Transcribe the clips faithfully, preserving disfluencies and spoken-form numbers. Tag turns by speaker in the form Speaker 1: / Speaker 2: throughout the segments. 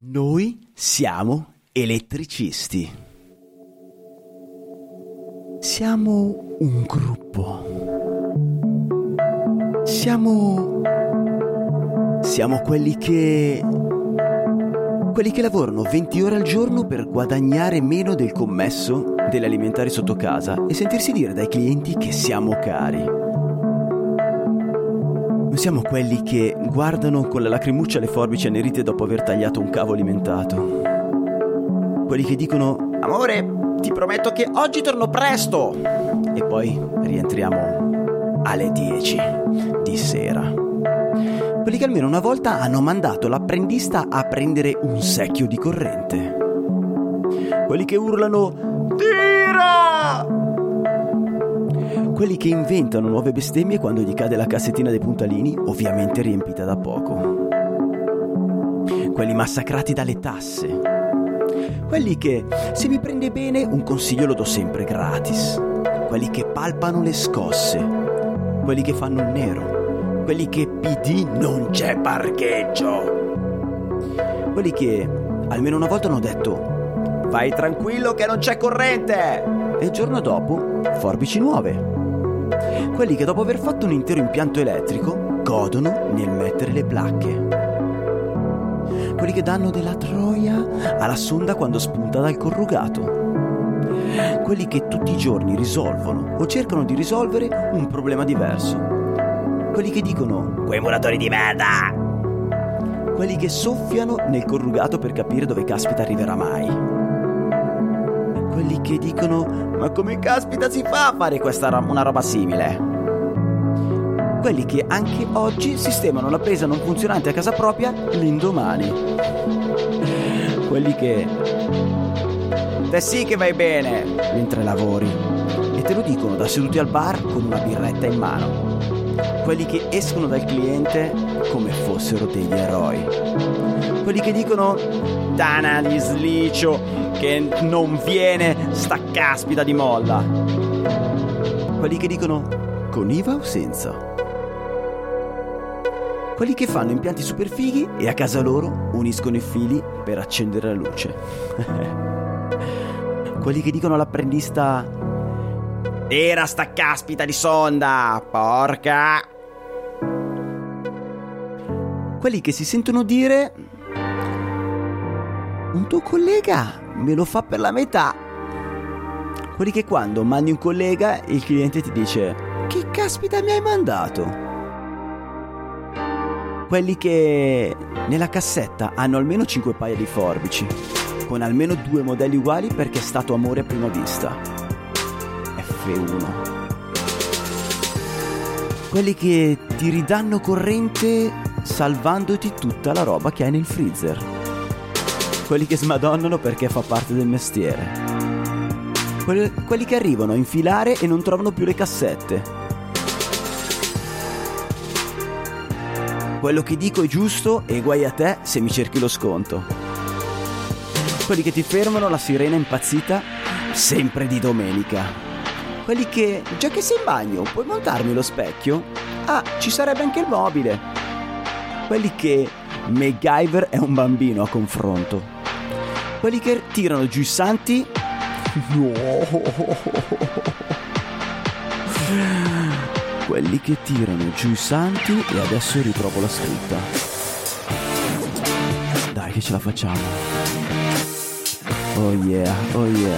Speaker 1: Noi siamo elettricisti. Siamo un gruppo. Siamo... Siamo quelli che... Quelli che lavorano venti ore al giorno per guadagnare meno del commesso delle alimentari sotto casa e sentirsi dire dai clienti che siamo cari. Non siamo quelli che guardano con la lacrimuccia le forbici annerite dopo aver tagliato un cavo alimentato. Quelli che dicono: amore, ti prometto che oggi torno presto. E poi rientriamo alle dieci di sera. Quelli che almeno una volta hanno mandato l'apprendista a prendere un secchio di corrente. Quelli che urlano: tira! Quelli che inventano nuove bestemmie quando gli cade la cassettina dei puntalini, ovviamente riempita da poco. Quelli massacrati dalle tasse. Quelli che, se mi prende bene, un consiglio lo do sempre gratis. Quelli che palpano le scosse. Quelli che fanno il nero. Quelli che P D non c'è parcheggio. Quelli che almeno una volta hanno detto: vai tranquillo che non c'è corrente. E il giorno dopo forbici nuove. Quelli che dopo aver fatto un intero impianto elettrico godono nel mettere le placche. Quelli che danno della troia alla sonda quando spunta dal corrugato. Quelli che tutti i giorni risolvono o cercano di risolvere un problema diverso. Quelli che dicono: quei muratori di merda. Quelli che soffiano nel corrugato per capire dove caspita arriverà mai. Quelli che dicono: ma come caspita si fa a fare questa ro- una roba simile? Quelli che anche oggi sistemano la presa non funzionante a casa propria l'indomani. Quelli che te sì che vai bene mentre lavori e te lo dicono da seduti al bar con una birretta in mano. Quelli che escono dal cliente come fossero degli eroi. Quelli che dicono: Dana di slicio che non viene sta caspita di molla. Quelli che dicono: con I V A o senza? Quelli che fanno impianti super fighi e a casa loro uniscono i fili per accendere la luce. Quelli che dicono all'apprendista: era sta caspita di sonda, porca. Quelli che si sentono dire: un tuo collega me lo fa per la metà. Quelli che quando mandi un collega il cliente ti dice: che caspita mi hai mandato? Quelli che nella cassetta hanno almeno cinque paia di forbici, con almeno due modelli uguali perché è stato amore a prima vista. F uno. Quelli che ti ridanno corrente salvandoti tutta la roba che hai nel freezer. Quelli che smadonnano perché fa parte del mestiere. Quelli, quelli che arrivano a infilare e non trovano più le cassette. Quello che dico è giusto e guai a te se mi cerchi lo sconto. Quelli che ti fermano la sirena impazzita sempre di domenica. Quelli che, già che sei in bagno, puoi montarmi lo specchio? Ah, ci sarebbe anche il mobile. Quelli che MacGyver è un bambino a confronto. Quelli che tirano giù i santi. No. Quelli che tirano giù i santi e adesso ritrovo la scritta. Dai che ce la facciamo. Oh yeah, oh yeah.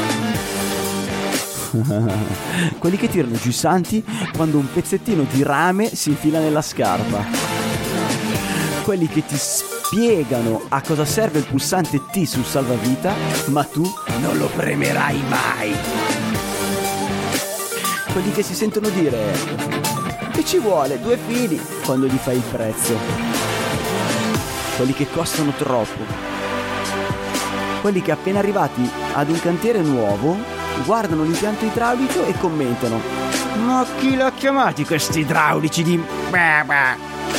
Speaker 1: Quelli che tirano giù i santi quando un pezzettino di rame si infila nella scarpa. Quelli che ti spiegano a cosa serve il pulsante T sul salvavita, ma tu non lo premerai mai. Quelli che si sentono dire che ci vuole due fili quando gli fai il prezzo. Quelli che costano troppo. Quelli che appena arrivati ad un cantiere nuovo guardano l'impianto idraulico e commentano: ma chi l'ha chiamati questi idraulici di baba?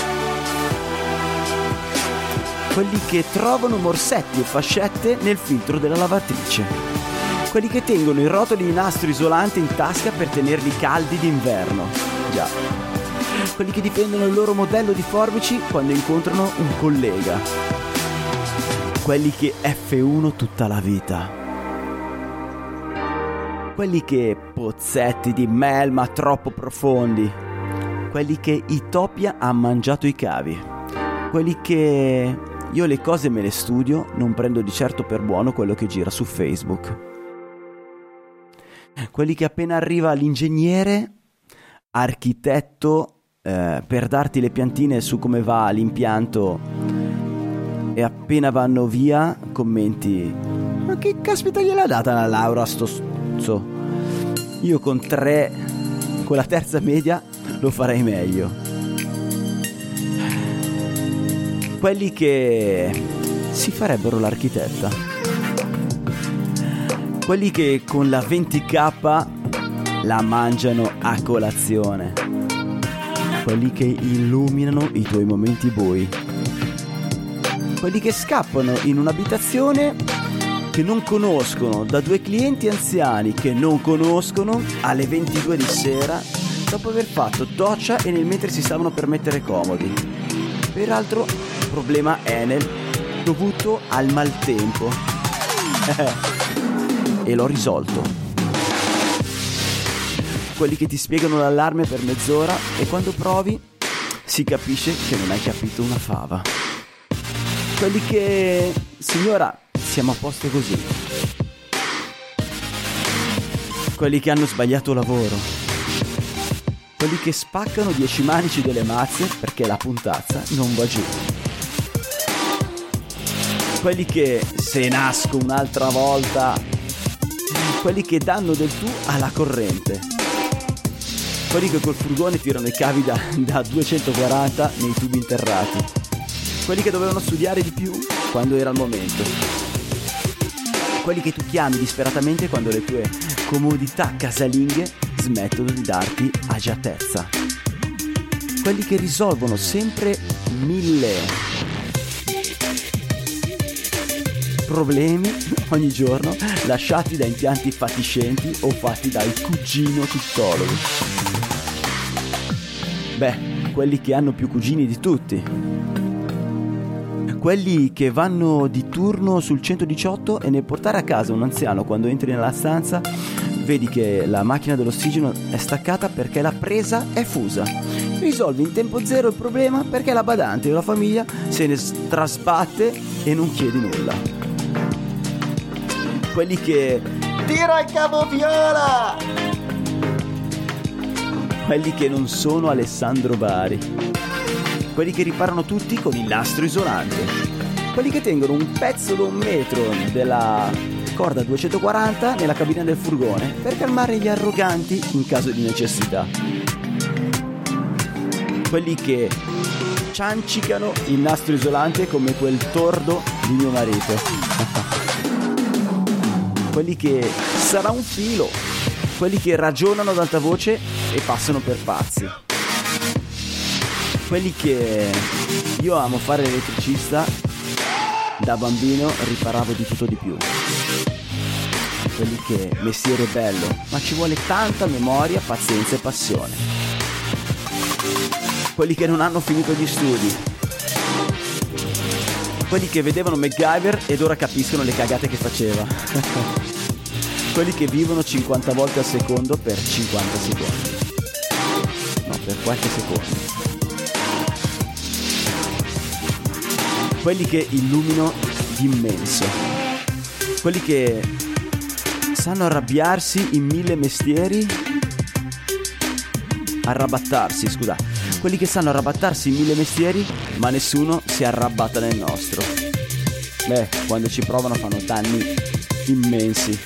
Speaker 1: Quelli che trovano morsetti e fascette nel filtro della lavatrice. Quelli che tengono i rotoli di nastro isolante in tasca per tenerli caldi d'inverno. Già. Quelli che difendono il loro modello di forbici quando incontrano un collega. quelli che effe uno tutta la vita, quelli che pozzetti di melma troppo profondi, quelli che Itopia ha mangiato i cavi, quelli che io le cose me le studio, non prendo di certo per buono quello che gira su Facebook, quelli che appena arriva l'ingegnere, architetto, eh, per darti le piantine su come va l'impianto, e appena vanno via commenti: ma che caspita gliel'ha data la laurea a sto stuzzo? Io con tre, con la terza media lo farei meglio. Quelli che si farebbero l'architetta, quelli che con la venti K la mangiano a colazione, quelli che illuminano i tuoi momenti bui, quelli che scappano in un'abitazione che non conoscono, da due clienti anziani che non conoscono, alle ventidue di sera, dopo aver fatto doccia e nel mentre si stavano per mettere comodi. Peraltro problema Enel dovuto al maltempo e l'ho risolto. Quelli che ti spiegano l'allarme per mezz'ora e quando provi si capisce che non hai capito una fava. Quelli che, signora, siamo a posto così. Quelli che hanno sbagliato lavoro. Quelli che spaccano dieci manici delle mazze perché la puntazza non va giù. Quelli che, se nasco un'altra volta. Quelli che danno del tu alla corrente. Quelli che col furgone tirano i cavi da, da duecentoquaranta nei tubi interrati. Quelli che dovevano studiare di più quando era il momento. Quelli che tu chiami disperatamente quando le tue comodità casalinghe smettono di darti agiatezza. Quelli che risolvono sempre mille problemi ogni giorno lasciati da impianti fatiscenti o fatti dal cugino tuttologo. Beh, quelli che hanno più cugini di tutti. Quelli che vanno di turno sul centodiciotto e nel portare a casa un anziano quando entri nella stanza vedi che la macchina dell'ossigeno è staccata perché la presa è fusa. Risolvi in tempo zero il problema perché la badante o la famiglia se ne trasbatte e non chiedi nulla. Quelli che tira il cavo viola! Quelli che non sono Alessandro Bari. Quelli che riparano tutti con il nastro isolante, quelli che tengono un pezzo da un metro della corda duecentoquaranta nella cabina del furgone per calmare gli arroganti in caso di necessità, quelli che ciancicano il nastro isolante come quel tordo di mio marito, quelli che sarà un filo, quelli che ragionano ad alta voce e passano per pazzi. Quelli che io amo fare l'elettricista, da bambino riparavo di tutto di più. Quelli che mestiere bello, ma ci vuole tanta memoria, pazienza e passione. Quelli che non hanno finito gli studi. Quelli che vedevano MacGyver ed ora capiscono le cagate che faceva. Quelli che vivono cinquanta volte al secondo per cinquanta secondi. No, per qualche secondo. Quelli che illumino d'immenso, quelli che sanno arrabbiarsi in mille mestieri, arrabattarsi, scusa, quelli che sanno arrabattarsi in mille mestieri, ma nessuno si arrabatta nel nostro. Beh, quando ci provano fanno danni immensi.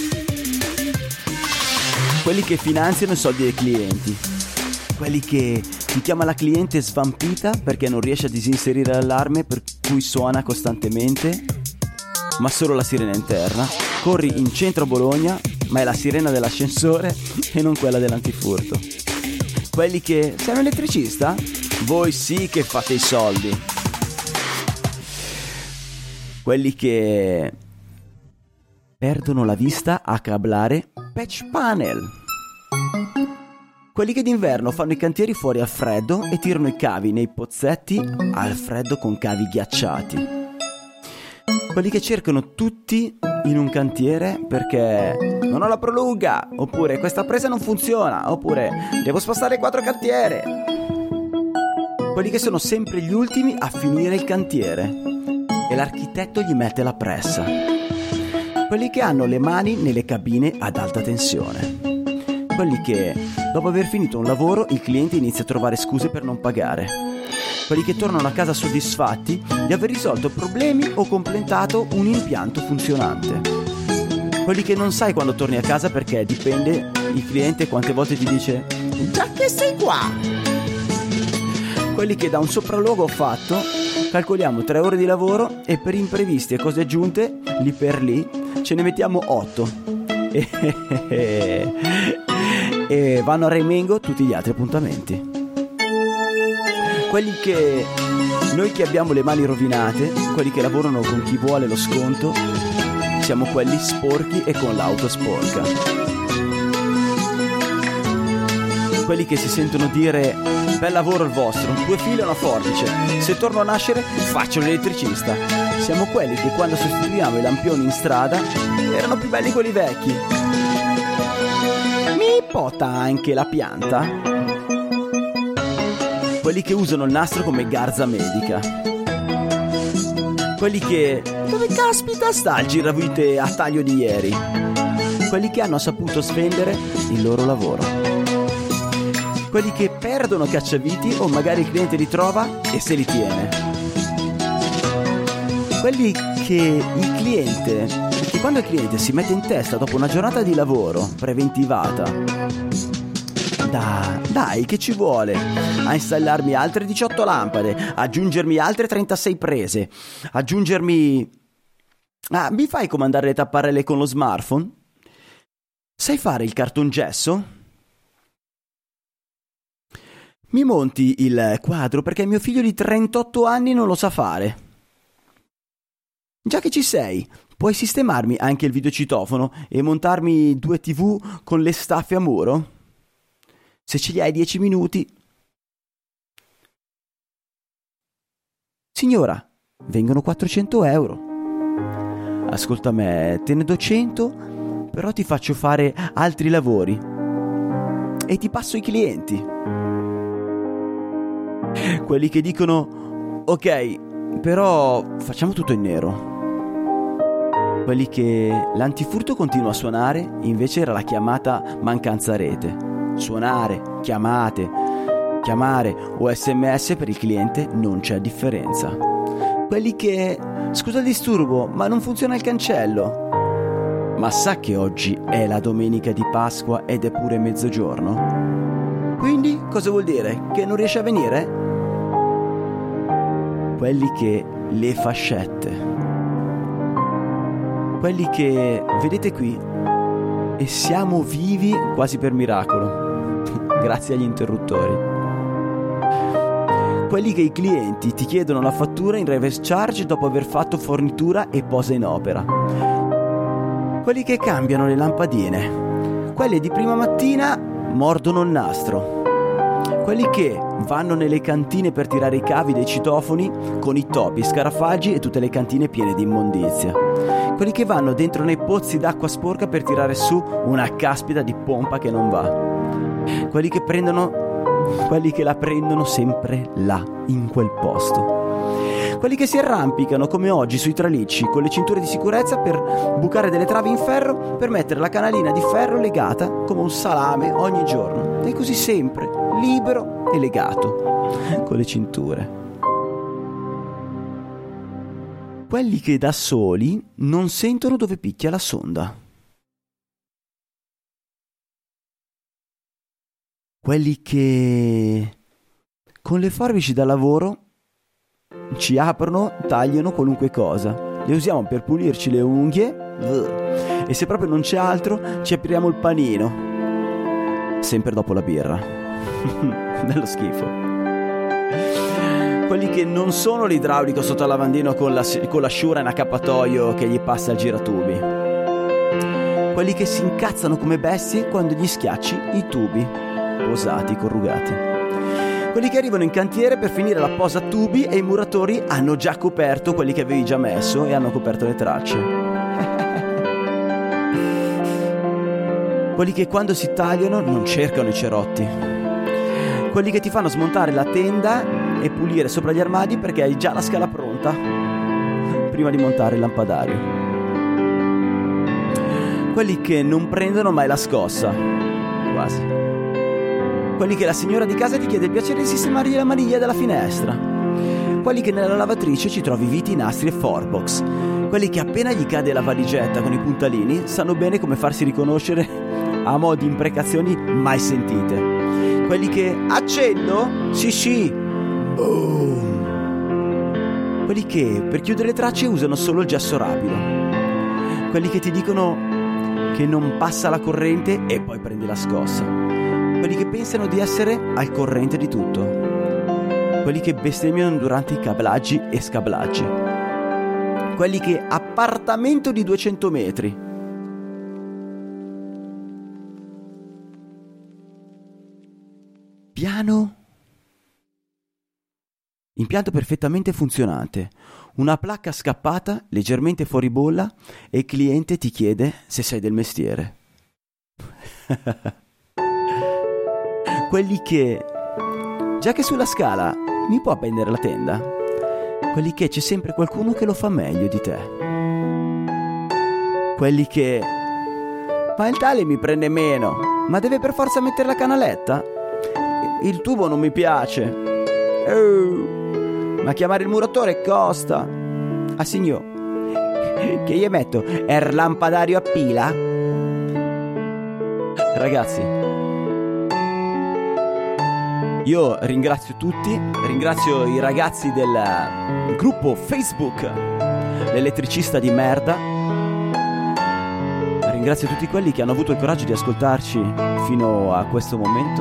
Speaker 1: Quelli che finanziano i soldi dei clienti, quelli che ti chiama la cliente svampita perché non riesce a disinserire l'allarme per cui suona costantemente, ma solo la sirena interna. Corri in centro a Bologna, ma è la sirena dell'ascensore e non quella dell'antifurto. Quelli che... sei un elettricista? Voi sì che fate i soldi. Quelli che perdono la vista a cablare patch panel. Quelli che d'inverno fanno i cantieri fuori al freddo e tirano i cavi nei pozzetti al freddo con cavi ghiacciati. quelli che cercano tutti in un cantiere perché non ho la prolunga, oppure questa presa non funziona, oppure devo spostare quattro cantiere. Quelli che sono sempre gli ultimi a finire il cantiere e l'architetto gli mette la pressa. Quelli che hanno le mani nelle cabine ad alta tensione. Quelli che, dopo aver finito un lavoro, il cliente inizia a trovare scuse per non pagare. Quelli che tornano a casa soddisfatti di aver risolto problemi o completato un impianto funzionante. Quelli che non sai quando torni a casa perché dipende il cliente quante volte ti dice «Già che sei qua!». Quelli che da un sopralluogo fatto calcoliamo tre ore di lavoro e per imprevisti e cose aggiunte, lì per lì, ce ne mettiamo otto. E vanno a remengo tutti gli altri appuntamenti. Quelli che noi che abbiamo le mani rovinate, quelli che lavorano con chi vuole lo sconto, siamo quelli sporchi e con l'auto sporca. Quelli che si sentono dire bel lavoro il vostro, due fili e una forbice, se torno a nascere faccio l'elettricista. Siamo quelli che quando sostituiamo i lampioni in strada erano più belli quelli vecchi. Mi pota anche la pianta? Quelli che usano il nastro come garza medica. Quelli che... dove caspita sta il giravite a taglio di ieri? Quelli che hanno saputo svendere il loro lavoro. Quelli che perdono cacciaviti o magari il cliente li trova e se li tiene. Quelli che il cliente... che quando il cliente si mette in testa dopo una giornata di lavoro preventivata... Da, dai, che ci vuole? A installarmi altre diciotto lampade, aggiungermi altre trentasei prese, aggiungermi... Ah, mi fai comandare le tapparelle con lo smartphone? Sai fare il cartongesso? Mi monti il quadro perché mio figlio di trentotto anni non lo sa fare. Già che ci sei, puoi sistemarmi anche il videocitofono e montarmi due tivù con le staffe a muro? Se ce li hai dieci minuti. Signora, vengono quattrocento euro. Ascolta me, te ne do cento, però ti faccio fare altri lavori. E ti passo i clienti. Quelli che dicono, ok, però facciamo tutto in nero. Quelli che l'antifurto continua a suonare, invece era la chiamata mancanza rete. Suonare, chiamate, chiamare o sms per il cliente non c'è differenza. Quelli che, scusa il disturbo, ma non funziona il cancello. Ma sa che oggi è la domenica di Pasqua ed è pure mezzogiorno? Quindi cosa vuol dire? Che non riesce a venire? Quelli che le fascette. Quelli che, vedete qui, e siamo vivi quasi per miracolo. Grazie agli interruttori. Quelli che i clienti ti chiedono la fattura in reverse charge dopo aver fatto fornitura e posa in opera. Quelli che cambiano le lampadine. Quelli di prima mattina mordono il nastro. Quelli che vanno nelle cantine per tirare i cavi dei citofoni con i topi, scarafaggi e tutte le cantine piene di immondizia. Quelli che vanno dentro nei pozzi d'acqua sporca per tirare su una caspita di pompa che non va. Quelli che prendono quelli che la prendono sempre là, in quel posto. Quelli che si arrampicano come oggi sui tralicci con le cinture di sicurezza per bucare delle travi in ferro per mettere la canalina di ferro legata come un salame ogni giorno. E così sempre, libero e legato con le cinture. Quelli che da soli non sentono dove picchia la sonda. Quelli che con le forbici da lavoro ci aprono, tagliano qualunque cosa. Le usiamo per pulirci le unghie e se proprio non c'è altro ci apriamo il panino. Sempre dopo la birra. Bello schifo. Quelli che non sono l'idraulico sotto al lavandino con, la, con l'asciura in accappatoio che gli passa il giratubi. Quelli che si incazzano come bestie quando gli schiacci i tubi posati, corrugati. quelli che arrivano in cantiere per finire la posa tubi e i muratori hanno già coperto quelli che avevi già messo e hanno coperto le tracce. Quelli che quando si tagliano non cercano i cerotti. Quelli che ti fanno smontare la tenda e pulire sopra gli armadi perché hai già la scala pronta prima di montare il lampadario. Quelli che non prendono mai la scossa, quasi. Quelli che la signora di casa ti chiede il piacere di sistemargli la maniglia della finestra. Quelli che nella lavatrice ci trovi viti, nastri e forbox. Quelli che appena gli cade la valigetta con i puntalini sanno bene come farsi riconoscere a mo' di imprecazioni mai sentite. Quelli che accendo? Sì sì. Boom. Quelli che per chiudere le tracce usano solo il gesso rapido. Quelli che ti dicono che non passa la corrente e poi prendi la scossa. Quelli che pensano di essere al corrente di tutto. Quelli che bestemmiano durante i cablaggi e scablaggi. Quelli che appartamento di duecento metri. Piano. Impianto perfettamente funzionante. Una placca scappata, leggermente fuori bolla, e il cliente ti chiede se sei del mestiere. Quelli che, già che sulla scala, mi può appendere la tenda? Quelli che c'è sempre qualcuno che lo fa meglio di te. Quelli che, ma il tale mi prende meno, ma deve per forza mettere la canaletta? Il tubo non mi piace. Oh. Ma chiamare il muratore costa. Ah signor, che gli metto? È il lampadario a pila? Ragazzi, io ringrazio tutti, ringrazio i ragazzi del gruppo Facebook L'Elettricista di Merda. Ringrazio tutti quelli che hanno avuto il coraggio di ascoltarci fino a questo momento.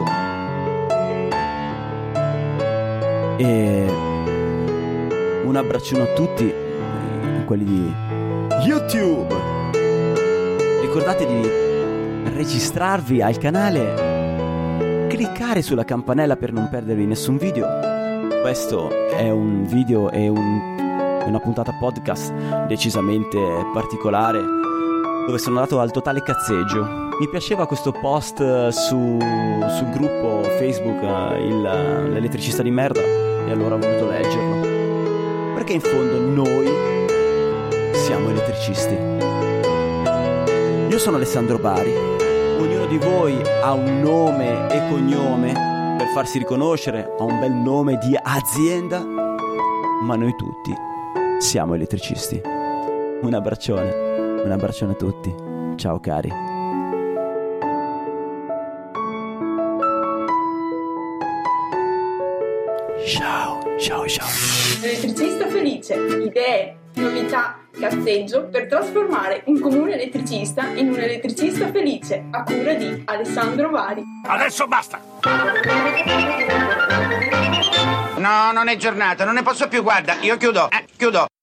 Speaker 1: E un abbraccione a tutti quelli di YouTube. Ricordate di registrarvi al canale, cliccare sulla campanella per non perdervi nessun video. Questo è un video e un, una puntata podcast decisamente particolare, dove sono andato al totale cazzeggio. Mi piaceva questo post su, sul gruppo Facebook il, L'Elettricista di Merda, e allora ho voluto leggerlo, perché in fondo noi siamo elettricisti. Io sono Alessandro Bari. Ognuno di voi ha un nome e cognome per farsi riconoscere, ha un bel nome di azienda, ma noi tutti siamo elettricisti. Un abbraccione, un abbraccione a tutti. Ciao cari. Ciao, ciao, ciao.
Speaker 2: Elettricista felice, idee, novità, cazzeggio per trasformare un comune elettricista in un elettricista felice, a cura di Alessandro Bari.
Speaker 3: Adesso basta!
Speaker 4: No, non è giornata, non ne posso più, guarda, io chiudo, eh, chiudo.